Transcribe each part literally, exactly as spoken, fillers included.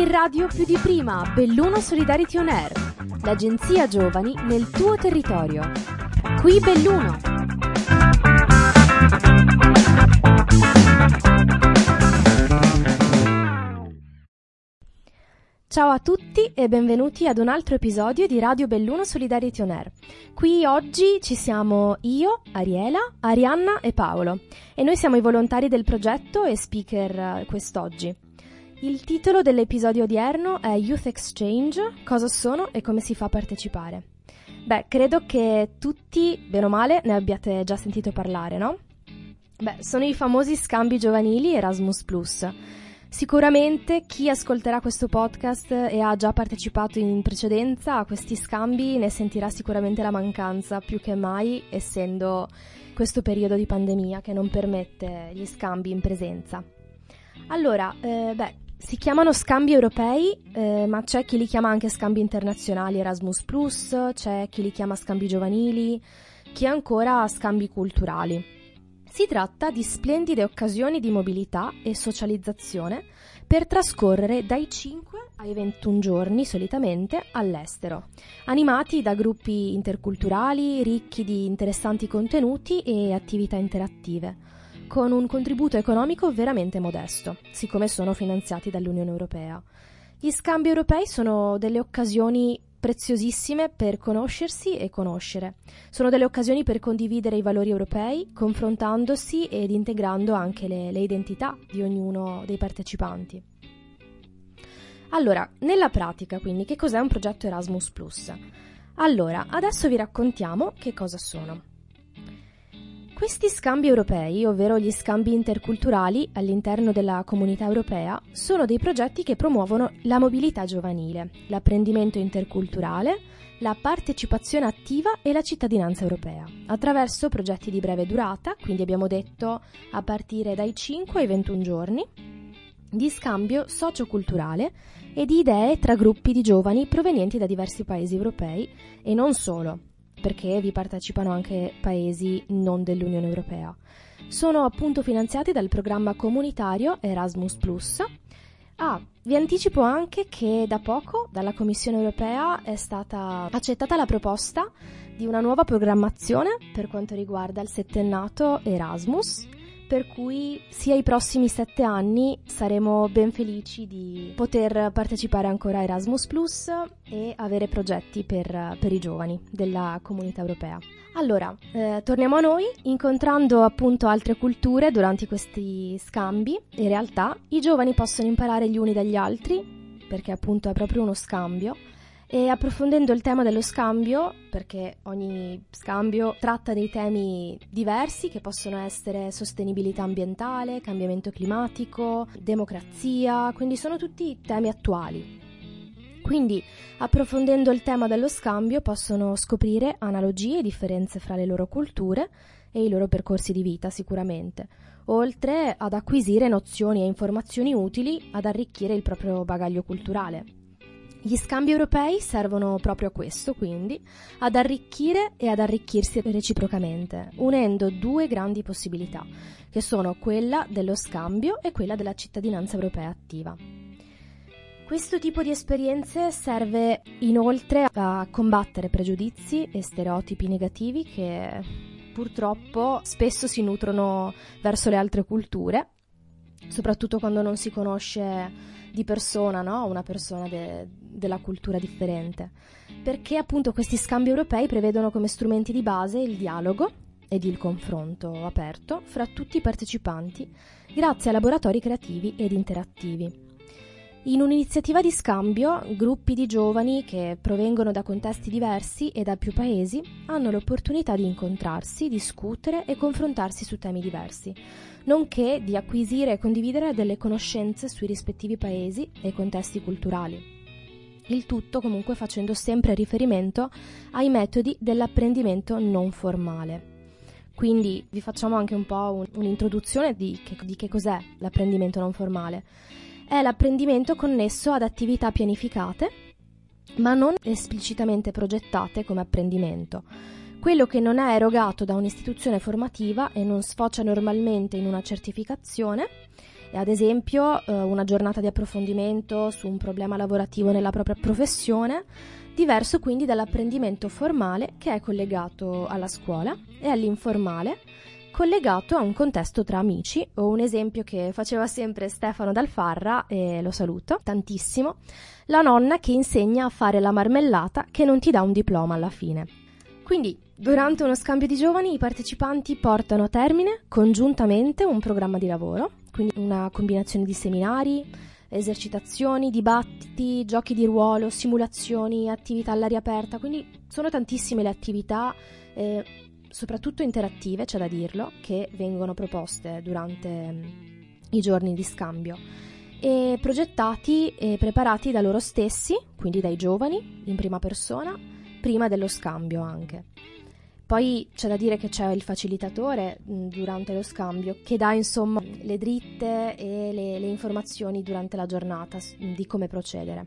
In radio più di prima, Belluno Solidarity On Air, l'agenzia giovani nel tuo territorio. Qui Belluno. Ciao a tutti e benvenuti ad un altro episodio di Radio Belluno Solidarity On Air. Qui oggi ci siamo io, Ariela, Arianna e Paolo e noi siamo i volontari del progetto e speaker quest'oggi. Il titolo dell'episodio odierno è Youth Exchange, cosa sono e come si fa a partecipare. Beh, credo che tutti, bene o male, ne abbiate già sentito parlare, no? Beh, sono i famosi scambi giovanili Erasmus plus. Sicuramente chi ascolterà questo podcast e ha già partecipato in precedenza a questi scambi ne sentirà sicuramente la mancanza più che mai, essendo questo periodo di pandemia che non permette gli scambi in presenza. Allora, eh, beh, si chiamano scambi europei, eh, ma c'è chi li chiama anche scambi internazionali Erasmus plus, c'è chi li chiama scambi giovanili, chi ancora scambi culturali. Si tratta di splendide occasioni di mobilità e socializzazione per trascorrere dai cinque ai ventuno giorni solitamente all'estero, animati da gruppi interculturali ricchi di interessanti contenuti e attività interattive, con un contributo economico veramente modesto, siccome sono finanziati dall'Unione Europea. Gli scambi europei sono delle occasioni preziosissime per conoscersi e conoscere. Sono delle occasioni per condividere i valori europei, confrontandosi ed integrando anche le, le identità di ognuno dei partecipanti. Allora, nella pratica, quindi, che cos'è un progetto Erasmus plus? Allora, adesso vi raccontiamo che cosa sono. Questi scambi europei, ovvero gli scambi interculturali all'interno della comunità europea, sono dei progetti che promuovono la mobilità giovanile, l'apprendimento interculturale, la partecipazione attiva e la cittadinanza europea, attraverso progetti di breve durata, quindi abbiamo detto a partire dai cinque ai ventuno giorni, di scambio socioculturale e di idee tra gruppi di giovani provenienti da diversi paesi europei e non solo, perché vi partecipano anche paesi non dell'Unione Europea. Sono appunto finanziati dal programma comunitario Erasmus plus. Ah, vi anticipo anche che da poco dalla Commissione Europea è stata accettata la proposta di una nuova programmazione per quanto riguarda il settennato Erasmus, per cui sia i prossimi sette anni saremo ben felici di poter partecipare ancora a Erasmus plus e avere progetti per, per i giovani della comunità europea. Allora, eh, torniamo a noi, incontrando appunto altre culture durante questi scambi. In realtà i giovani possono imparare gli uni dagli altri, perché appunto è proprio uno scambio, e approfondendo il tema dello scambio, perché ogni scambio tratta dei temi diversi che possono essere sostenibilità ambientale, cambiamento climatico, democrazia, quindi sono tutti temi attuali. Quindi, approfondendo il tema dello scambio, possono scoprire analogie e differenze fra le loro culture e i loro percorsi di vita sicuramente, oltre ad acquisire nozioni e informazioni utili ad arricchire il proprio bagaglio culturale. Gli scambi europei servono proprio a questo, quindi, ad arricchire e ad arricchirsi reciprocamente, unendo due grandi possibilità, che sono quella dello scambio e quella della cittadinanza europea attiva. Questo tipo di esperienze serve inoltre a combattere pregiudizi e stereotipi negativi che purtroppo spesso si nutrono verso le altre culture, soprattutto quando non si conosce di persona, no? Una persona de- della cultura differente, perché appunto questi scambi europei prevedono come strumenti di base il dialogo ed il confronto aperto fra tutti i partecipanti grazie a laboratori creativi ed interattivi. In un'iniziativa di scambio, gruppi di giovani che provengono da contesti diversi e da più paesi hanno l'opportunità di incontrarsi, discutere e confrontarsi su temi diversi, nonché di acquisire e condividere delle conoscenze sui rispettivi paesi e contesti culturali. Il tutto comunque facendo sempre riferimento ai metodi dell'apprendimento non formale. Quindi vi facciamo anche un po' un, un'introduzione di che, di che cos'è l'apprendimento non formale. È l'apprendimento connesso ad attività pianificate, ma non esplicitamente progettate come apprendimento. Quello che non è erogato da un'istituzione formativa e non sfocia normalmente in una certificazione ad esempio eh, una giornata di approfondimento su un problema lavorativo nella propria professione, diverso quindi dall'apprendimento formale che è collegato alla scuola e all'informale collegato a un contesto tra amici, o un esempio che faceva sempre Stefano Dal Farra, e lo saluto tantissimo, la nonna che insegna a fare la marmellata che non ti dà un diploma alla fine. Quindi, durante uno scambio di giovani, i partecipanti portano a termine congiuntamente un programma di lavoro, quindi una combinazione di seminari, esercitazioni, dibattiti, giochi di ruolo, simulazioni, attività all'aria aperta, quindi sono tantissime le attività, eh, soprattutto interattive, c'è da dirlo, che vengono proposte durante mm, i giorni di scambio e progettati e preparati da loro stessi, quindi dai giovani in prima persona, prima dello scambio anche. Poi c'è da dire che c'è il facilitatore mh, durante lo scambio che dà insomma le dritte e le, le informazioni durante la giornata s- di come procedere.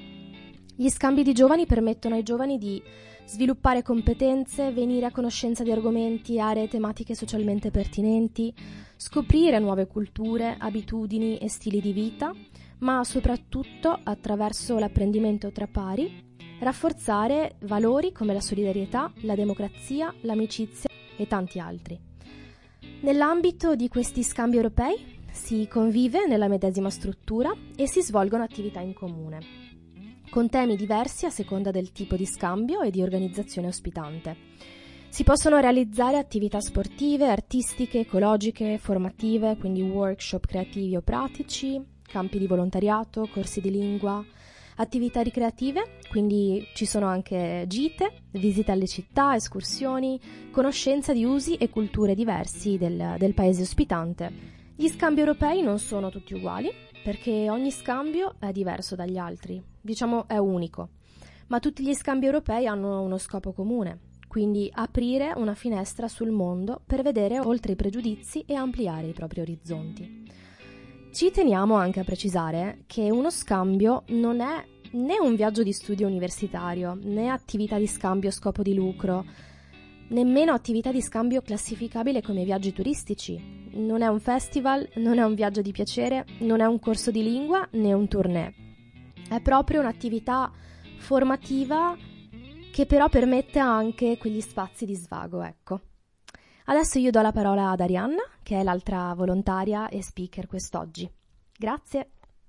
Gli scambi di giovani permettono ai giovani di sviluppare competenze, venire a conoscenza di argomenti e aree tematiche socialmente pertinenti, scoprire nuove culture, abitudini e stili di vita, ma soprattutto attraverso l'apprendimento tra pari, rafforzare valori come la solidarietà, la democrazia, l'amicizia e tanti altri. Nell'ambito di questi scambi europei si convive nella medesima struttura e si svolgono attività in comune, con temi diversi a seconda del tipo di scambio e di organizzazione ospitante. Si possono realizzare attività sportive, artistiche, ecologiche, formative, quindi workshop creativi o pratici, campi di volontariato, corsi di lingua, attività ricreative, quindi ci sono anche gite, visite alle città, escursioni, conoscenza di usi e culture diversi del, del paese ospitante. Gli scambi europei non sono tutti uguali, perché ogni scambio è diverso dagli altri, diciamo è unico, ma tutti gli scambi europei hanno uno scopo comune, quindi aprire una finestra sul mondo per vedere oltre i pregiudizi e ampliare i propri orizzonti. Ci teniamo anche a precisare che uno scambio non è né un viaggio di studio universitario, né attività di scambio a scopo di lucro, nemmeno attività di scambio classificabile come viaggi turistici. Non è un festival, non è un viaggio di piacere, non è un corso di lingua né un tournée. È proprio un'attività formativa che però permette anche quegli spazi di svago, ecco. Adesso io do la parola ad Arianna, che è l'altra volontaria e speaker quest'oggi. Grazie.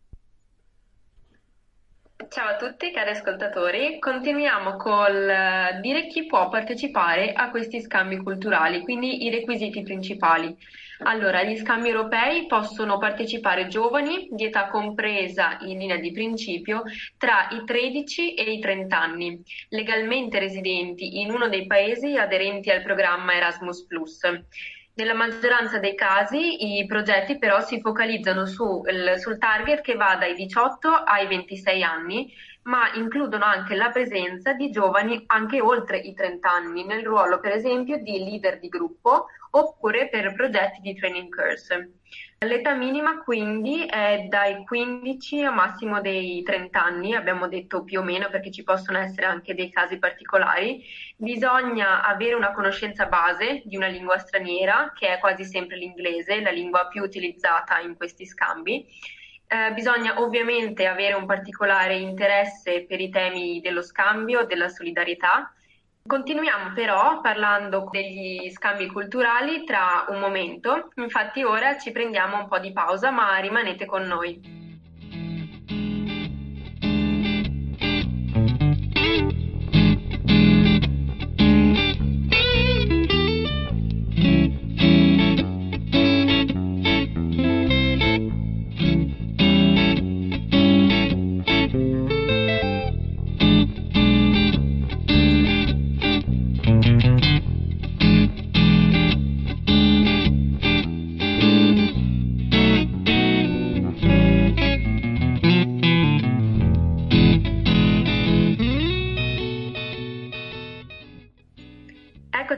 Ciao a tutti cari ascoltatori, continuiamo col eh, dire chi può partecipare a questi scambi culturali, quindi i requisiti principali. Allora, agli scambi europei possono partecipare giovani di età compresa in linea di principio tra i tredici e i trenta anni, legalmente residenti in uno dei paesi aderenti al programma Erasmus plus. Nella maggioranza dei casi i progetti però si focalizzano su, il, sul target che va dai diciotto ai ventisei anni, ma includono anche la presenza di giovani anche oltre i trenta anni, nel ruolo per esempio di leader di gruppo oppure per progetti di training course. L'età minima quindi è dai quindici a massimo dei trenta anni, abbiamo detto più o meno perché ci possono essere anche dei casi particolari. Bisogna avere una conoscenza base di una lingua straniera, che è quasi sempre l'inglese, la lingua più utilizzata in questi scambi. Eh, bisogna ovviamente avere un particolare interesse per i temi dello scambio, della solidarietà. Continuiamo però parlando degli scambi culturali tra un momento, infatti ora ci prendiamo un po' di pausa, ma rimanete con noi.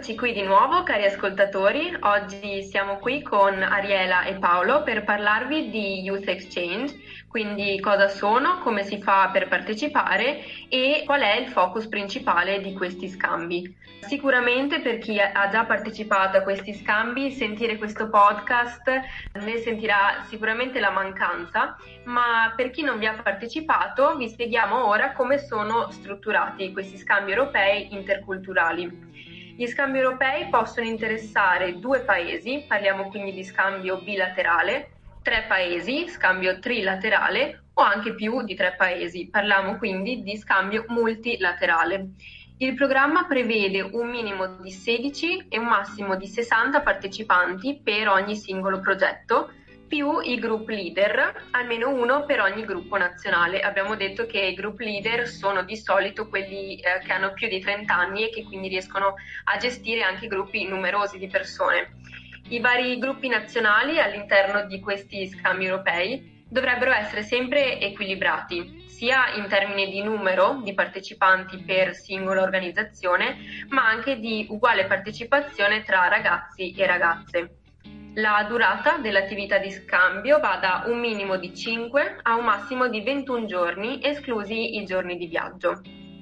Eccoci qui di nuovo, cari ascoltatori. Oggi siamo qui con Ariela e Paolo per parlarvi di Youth Exchange, quindi cosa sono, come si fa per partecipare e qual è il focus principale di questi scambi. Sicuramente per chi ha già partecipato a questi scambi, sentire questo podcast ne sentirà sicuramente la mancanza, ma per chi non vi ha partecipato vi spieghiamo ora come sono strutturati questi scambi europei interculturali. Gli scambi europei possono interessare due paesi, parliamo quindi di scambio bilaterale, tre paesi, scambio trilaterale o anche più di tre paesi, parliamo quindi di scambio multilaterale. Il programma prevede un minimo di sedici e un massimo di sessanta partecipanti per ogni singolo progetto, più i group leader, almeno uno per ogni gruppo nazionale. Abbiamo detto che i group leader sono di solito quelli eh, che hanno più di trenta anni e che quindi riescono a gestire anche gruppi numerosi di persone. I vari gruppi nazionali all'interno di questi scambi europei dovrebbero essere sempre equilibrati, sia in termini di numero di partecipanti per singola organizzazione, ma anche di uguale partecipazione tra ragazzi e ragazze. La durata dell'attività di scambio va da un minimo di cinque a un massimo di ventuno giorni, esclusi i giorni di viaggio.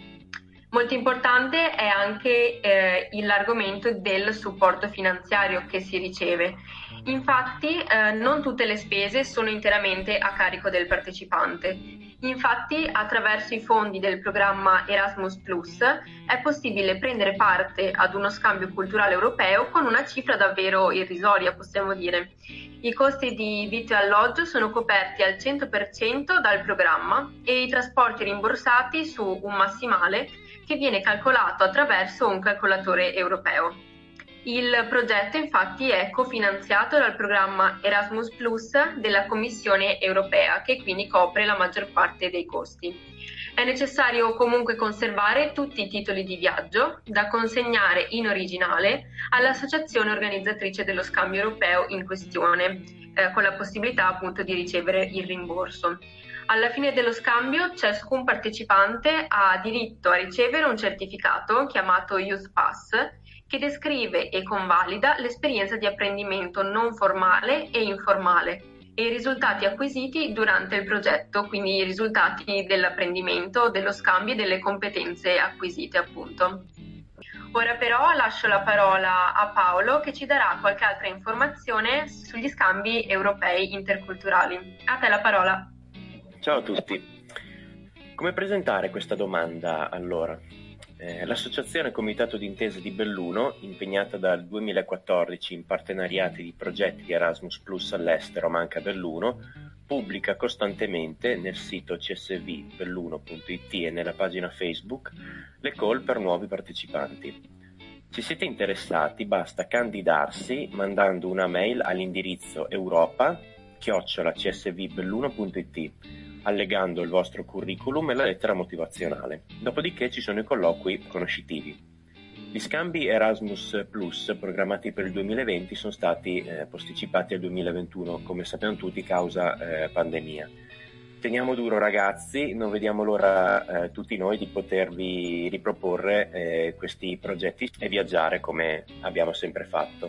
Molto importante è anche eh, l'argomento del supporto finanziario che si riceve. Infatti eh, non tutte le spese sono interamente a carico del partecipante. Infatti, attraverso i fondi del programma Erasmus plus, è possibile prendere parte ad uno scambio culturale europeo con una cifra davvero irrisoria, possiamo dire. I costi di vitto e alloggio sono coperti al cento per cento dal programma e i trasporti rimborsati su un massimale che viene calcolato attraverso un calcolatore europeo. Il progetto infatti è cofinanziato dal programma Erasmus plus della Commissione europea, che quindi copre la maggior parte dei costi. È necessario comunque conservare tutti i titoli di viaggio da consegnare in originale all'associazione organizzatrice dello scambio europeo in questione, eh, con la possibilità appunto di ricevere il rimborso. Alla fine dello scambio ciascun partecipante ha diritto a ricevere un certificato chiamato Youth Pass che descrive e convalida l'esperienza di apprendimento non formale e informale e i risultati acquisiti durante il progetto, quindi i risultati dell'apprendimento, dello scambio e delle competenze acquisite appunto. Ora però lascio la parola a Paolo che ci darà qualche altra informazione sugli scambi europei interculturali. A te la parola. Ciao a tutti. Come presentare questa domanda allora? Eh, L'Associazione Comitato d'Intesa di Belluno, impegnata dal duemilaquattordici in partenariati di progetti di Erasmus plus all'estero, ma anche a Belluno, pubblica costantemente nel sito c s v belluno punto i t e nella pagina Facebook le call per nuovi partecipanti. Se siete interessati basta candidarsi mandando una mail all'indirizzo europa chiocciola c s v belluno punto i t, allegando il vostro curriculum e la lettera motivazionale. Dopodiché ci sono i colloqui conoscitivi. Gli scambi Erasmus plus programmati per il duemilaventi sono stati eh, posticipati al duemilaventuno, come sappiamo tutti, causa eh, pandemia. Teniamo duro ragazzi, non vediamo l'ora eh, tutti noi di potervi riproporre eh, questi progetti e viaggiare come abbiamo sempre fatto.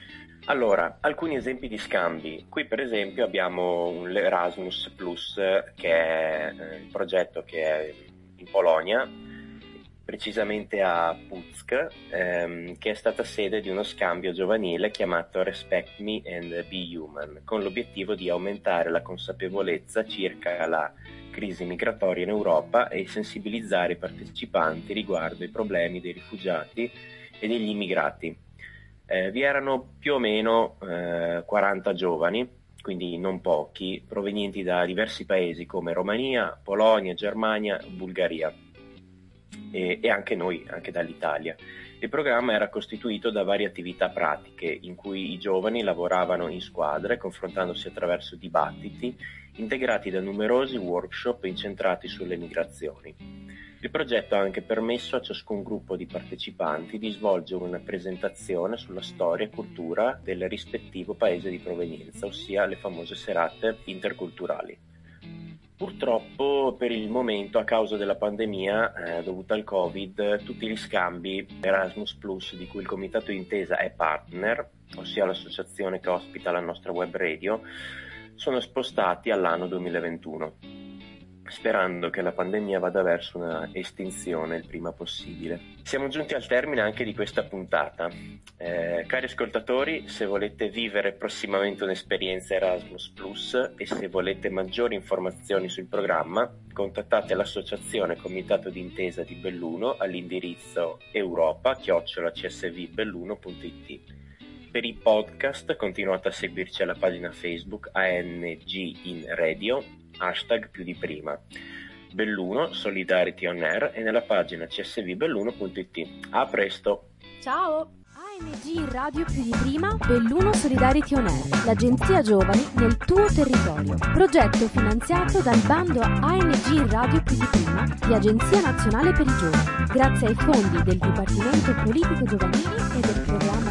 Allora, alcuni esempi di scambi. Qui per esempio abbiamo l'Erasmus plus, che è eh, il progetto che è in Polonia, precisamente a Puck, ehm, che è stata sede di uno scambio giovanile chiamato Respect Me and Be Human, con l'obiettivo di aumentare la consapevolezza circa la crisi migratoria in Europa e sensibilizzare i partecipanti riguardo i problemi dei rifugiati e degli immigrati. Eh, vi erano più o meno eh, quaranta giovani, quindi non pochi, provenienti da diversi paesi come Romania, Polonia, Germania, Bulgaria e, e anche noi, anche dall'Italia. Il programma era costituito da varie attività pratiche in cui i giovani lavoravano in squadre, confrontandosi attraverso dibattiti, integrati da numerosi workshop incentrati sulle migrazioni. Il progetto ha anche permesso a ciascun gruppo di partecipanti di svolgere una presentazione sulla storia e cultura del rispettivo paese di provenienza, ossia le famose serate interculturali. Purtroppo per il momento, a causa della pandemia eh, dovuta al Covid, tutti gli scambi Erasmus Plus di cui il Comitato d'Intesa è partner, ossia l'associazione che ospita la nostra web radio, sono spostati all'anno duemilaventuno, sperando che la pandemia vada verso una estinzione il prima possibile. Siamo giunti al termine anche di questa puntata. Eh, cari ascoltatori, se volete vivere prossimamente un'esperienza Erasmus Plus e se volete maggiori informazioni sul programma, contattate l'associazione Comitato d'Intesa di Belluno all'indirizzo europa chiocciola c s v belluno punto i t. Per i podcast continuate a seguirci alla pagina Facebook A N G in Radio, hashtag più di prima, Belluno Solidarity On Air e nella pagina c s v belluno punto i t. A presto! Ciao! A N G in Radio più di prima, Belluno Solidarity On Air, l'agenzia giovani nel tuo territorio. Progetto finanziato dal bando A N G in Radio più di prima di Agenzia Nazionale per i Giovani, grazie ai fondi del Dipartimento Politico Giovanili e del programma